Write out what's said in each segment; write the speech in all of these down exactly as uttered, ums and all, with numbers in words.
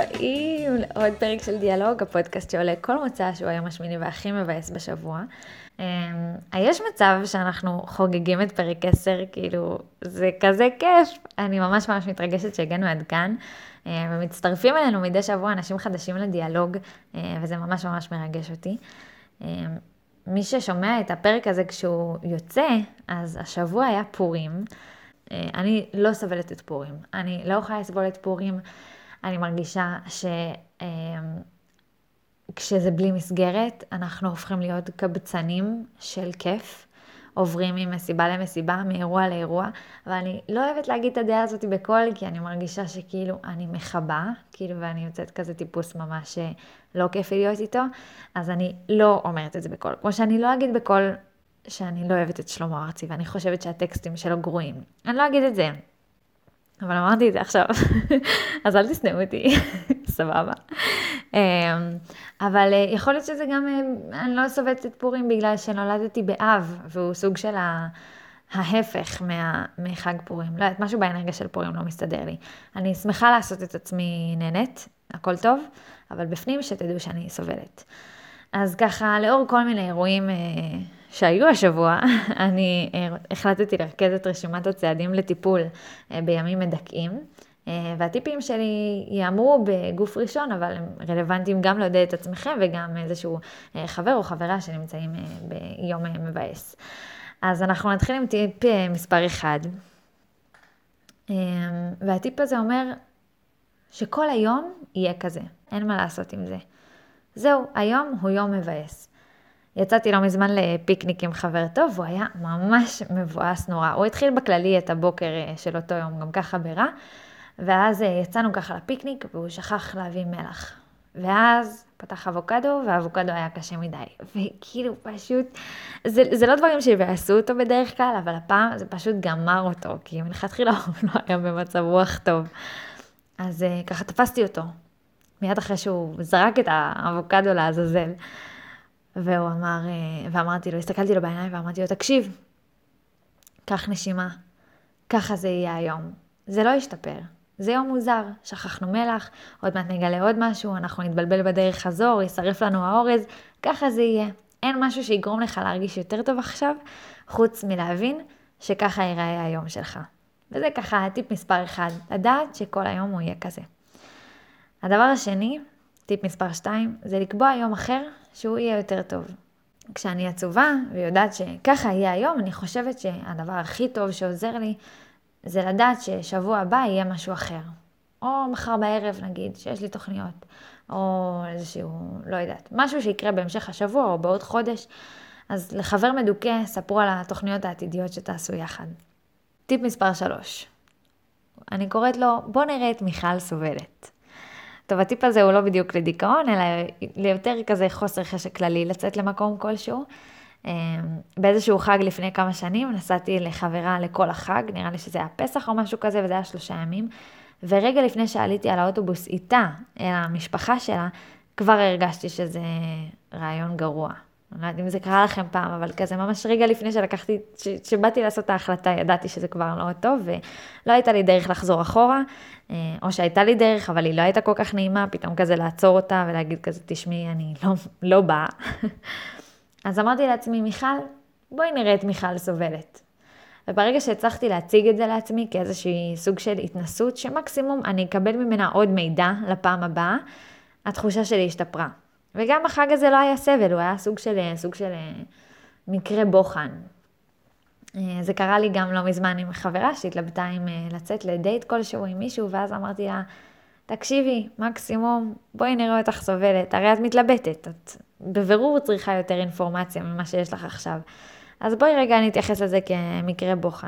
הבאים לעוד פרק של דיאלוג, הפודקאסט שעולה כל מוצא שהוא היום השמיני והכי מבאס בשבוע. יש מצב שאנחנו חוגגים את פרק עשר, כאילו זה כזה כיף, אני ממש ממש מתרגשת שהגענו עד כאן, ומצטרפים אלינו מדי שבוע אנשים חדשים לדיאלוג, וזה ממש ממש מרגש אותי. מי ששומע את הפרק הזה כשהוא יוצא, אז השבוע היה פורים. אני לא סובלת את פורים, אני לא יכולה לסבול את פורים, אני מרגישה שכשזה בלי מסגרת, אנחנו הופכים להיות קבצנים של כיף, עוברים ממסיבה למסיבה, מאירוע לאירוע, ואני לא אוהבת להגיד את הדעה הזאת בקול, כי אני מרגישה שכאילו אני מחבה, כאילו ואני יוצאת כזה טיפוס ממש לא כיף להיות איתו, אז אני לא אומרת את זה בקול, כמו שאני לא אגיד בקול שאני לא אוהבת את שלמה ארצי, ואני חושבת שהטקסטים שלו גרועים. אני לא אגיד את זה, אבל אמרתי את זה עכשיו, אז אל תסנאו אותי, סבבה. אבל יכול להיות שזה גם, אני לא סובלת את פורים בגלל שנולדתי באב, והוא סוג של ההפך מה, מחג פורים. לא יודעת, משהו באנרגיה של פורים לא מסתדר לי. אני שמחה לעשות את עצמי נהנית, הכל טוב, אבל בפנים שתדעו שאני סובלת. אז ככה, לאור כל מיני אירועים שהיו השבוע, אני החלטתי לרכז את רשימת הצעדים לטיפול בימים מדכאים, והטיפים שלי יאמרו בגוף ראשון, אבל הם רלוונטיים גם לעודד את עצמכם, וגם איזשהו חבר או חברה שנמצאים ביום מבאס. אז אנחנו נתחיל עם טיפ מספר אחד, והטיפ הזה אומר שכל היום יהיה כזה, אין מה לעשות עם זה. זהו, היום הוא יום מבאס. יצאתי לא מזמן לפיקניק עם חבר טוב, והוא היה ממש מבואס נורא. הוא התחיל בכללי את הבוקר של אותו יום, גם ככה ברע, ואז יצאנו ככה לפיקניק, והוא שכח להביא מלח. ואז פתח אבוקדו, והאבוקדו היה קשה מדי. וכאילו פשוט, זה, זה לא דברים שיבאסו אותו בדרך כלל, אבל הפעם זה פשוט גמר אותו, כי מלכתחילה הוא לא היה במצב רוח טוב. אז ככה תפסתי אותו, מיד אחרי שהוא זרק את האבוקדו לעזאזל. והוא אמר, ואמרתי לו, הסתכלתי לו בעיניים ואמרתי לו, תקשיב, קח נשימה, ככה זה יהיה היום. זה לא ישתפר, זה יום מוזר, שכחנו מלח, עוד מעט נגלה עוד משהו, אנחנו נתבלבל בדרך חזור, ישרף לנו האורז, ככה זה יהיה. אין משהו שיגרום לך להרגיש יותר טוב עכשיו, חוץ מלהבין שככה ייראה היום שלך. וזה ככה טיפ מספר אחד, לדעת שכל היום הוא יהיה כזה. הדבר השני, טיפ מספר שתיים, זה לקבוע יום אחר שהוא יהיה יותר טוב. כשאני עצובה ויודעת שככה יהיה היום, אני חושבת שהדבר הכי טוב שעוזר לי, זה לדעת ששבוע הבא יהיה משהו אחר. או מחר בערב נגיד, שיש לי תוכניות, או איזשהו, לא יודעת, משהו שיקרה בהמשך השבוע או בעוד חודש. אז לחבר מדוכא, ספרו על התוכניות העתידיות שתעשו יחד. טיפ מספר שלוש. אני קוראת לו, בוא נראה את מיכל סובלת. טוב, הטיפ הזה הוא לא בדיוק לדיכאון, אלא ליותר כזה חוסר חשק כללי, לצאת למקום כלשהו. באיזשהו חג לפני כמה שנים, נסעתי לחברה לכל החג, נראה לי שזה היה פסח או משהו כזה, וזה היה שלושה ימים. ורגע לפני שעליתי על האוטובוס איתה, אל המשפחה שלה, כבר הרגשתי שזה רעיון גרוע. אני לא יודעת אם זה קרה לכם פעם, אבל כזה ממש רגע לפני שלקחתי, ש, שבאתי לעשות את ההחלטה, ידעתי שזה כבר לא טוב, ולא הייתה לי דרך לחזור אחורה, או שהייתה לי דרך, אבל היא לא הייתה כל כך נעימה, פתאום כזה לעצור אותה ולהגיד כזה, תשמעי, אני לא, לא באה. אז אמרתי לעצמי, מיכל, בואי נראה את מיכל סובלת. וברגע שהצלחתי להציג את זה לעצמי כאיזושהי סוג של התנסות, שמקסימום אני אקבל ממנה עוד מידע לפעם הבאה, התחושה שלי השתפרה. וגם החג הזה לא היה סבל, הוא היה סוג של, סוג של מקרה בוחן. זה קרה לי גם לא מזמן עם חברה שהתלבטה עם לצאת לדייט כלשהו עם מישהו, ואז אמרתי לה, תקשיבי, מקסימום, בואי נראה אותך סובלת, הרי את מתלבטת, את בבירור צריכה יותר אינפורמציה ממה שיש לך עכשיו. אז בואי רגע נתייחס לזה כמקרה בוחן.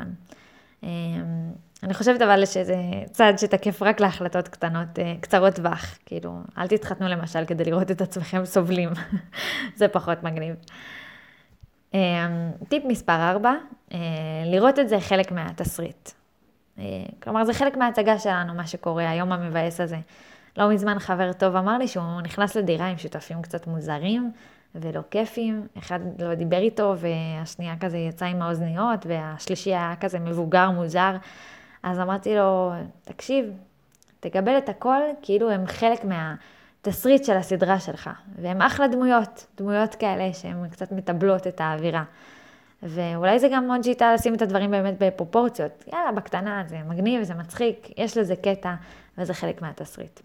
אני חושבת אבל שזה צעד שתקף רק להחלטות קטנות, קצרות טווח. כאילו, אל תתחתנו למשל כדי לראות את עצמכם סובלים. זה פחות מגניב. טיפ מספר ארבע, לראות את זה חלק מהתסריט. כלומר, זה חלק מההצגה שלנו, מה שקורה היום המבאס הזה. לא מזמן חבר טוב אמר לי שהוא נכנס לדירה עם שותפים קצת מוזרים ולא כיפים. אחד לא דיבר איתו והשנייה כזה יצא עם האוזניות והשלישי היה כזה מבוגר מוזר. אז אמרתי לו, תקשיב, תקבל את הכל כאילו הם חלק מהתסריט של הסדרה שלך. והם אחלה דמויות, דמויות כאלה שהן קצת מטבלות את האווירה. ואולי זה גם מאוד שיטה לשים את הדברים באמת בפרופורציות. יאללה, בקטנה, זה מגניב, זה מצחיק, יש לזה קטע, וזה חלק מהתסריט.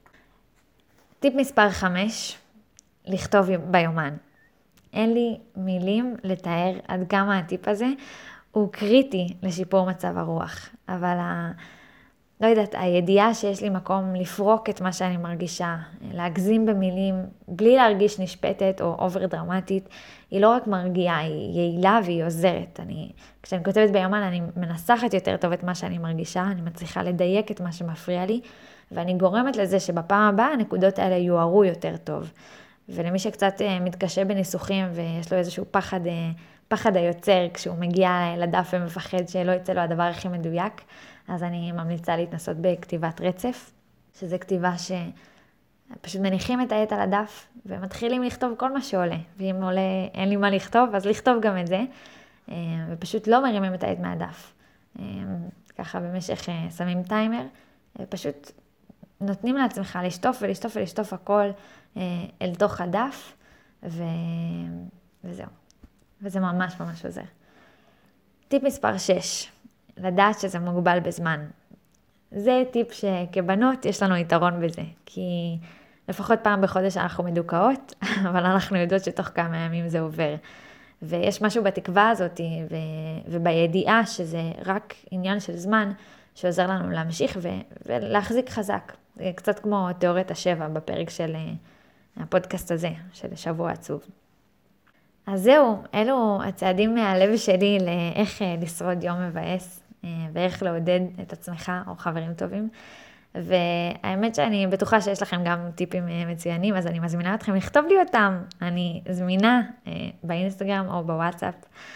טיפ מספר חמש, לכתוב ביומן. אין לי מילים לתאר עד כמה הטיפ הזה הוא קריטי לשיפור מצב הרוח. אבל ה... לא יודעת, הידיעה שיש לי מקום לפרוק את מה שאני מרגישה, להגזים במילים, בלי להרגיש נשפטת או אובר דרמטית, היא לא רק מרגיעה, היא יעילה והיא עוזרת. אני, כשאני כותבת ביומן, אני מנסחת יותר טוב את מה שאני מרגישה, אני מצליחה לדייק את מה שמפריע לי, ואני גורמת לזה שבפעם הבאה הנקודות האלה יוארו יותר טוב. ולמי שקצת מתקשה בניסוחים ויש לו איזשהו פחד, פחד היוצר כשהוא מגיע לדף ומפחד שלא יצא לו הדבר הכי מדויק, אז אני ממליצה להתנסות בכתיבת רצף, שזה כתיבה שפשוט מניחים את העט על הדף ומתחילים לכתוב כל מה שעולה. ואם עולה אין לי מה לכתוב, אז לכתוב גם את זה, ופשוט לא מרימים את העט מהדף. ככה במשך שמים טיימר, פשוט נותנים לעצמך לשטוף ולשטוף ולשטוף הכל אל תוך הדף, ו... וזהו. וזה ממש ממש עוזר. טיפ מספר שש, לדעת שזה מוגבל בזמן. זה טיפ שכבנות יש לנו יתרון בזה, כי לפחות פעם בחודש אנחנו מדוכאות, אבל אנחנו יודעות שתוך כמה ימים זה עובר. ויש משהו בתקווה הזאת ו... ובידיעה שזה רק עניין של זמן, שעוזר לנו להמשיך ו... ולהחזיק חזק. קצת כמו תיאוריית השבע בפרק של הפודקאסט הזה, של שבוע עצוב. אז זהו, אלו הצעדים מהלב שלי לאיך לשרוד יום מבאס, ואיך לעודד את עצמך או חברים טובים. והאמת שאני בטוחה שיש לכם גם טיפים מצוינים, אז אני מזמינה אתכם לכתוב לי אותם. אני זמינה באינסטגרם או בוואטסאפ.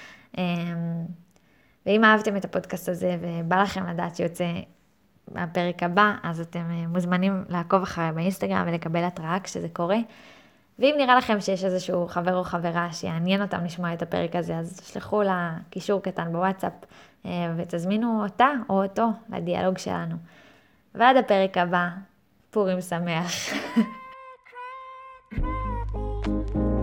ואם אהבתם את הפודקאסט הזה ובא לכם לדעת שיוצא בפרק הבא, אז אתם מוזמנים לעקוב אחריי באינסטגרם ולקבל התראה כשזה קורה. ואם נראה לכם שיש איזשהו חבר או חברה שיעניין אותם לשמוע את הפרק הזה, אז תשלחו לה קישור קטן בוואטסאפ ותזמינו אותה או אותו לדיאלוג שלנו. ועד הפרק הבא, פורים שמח.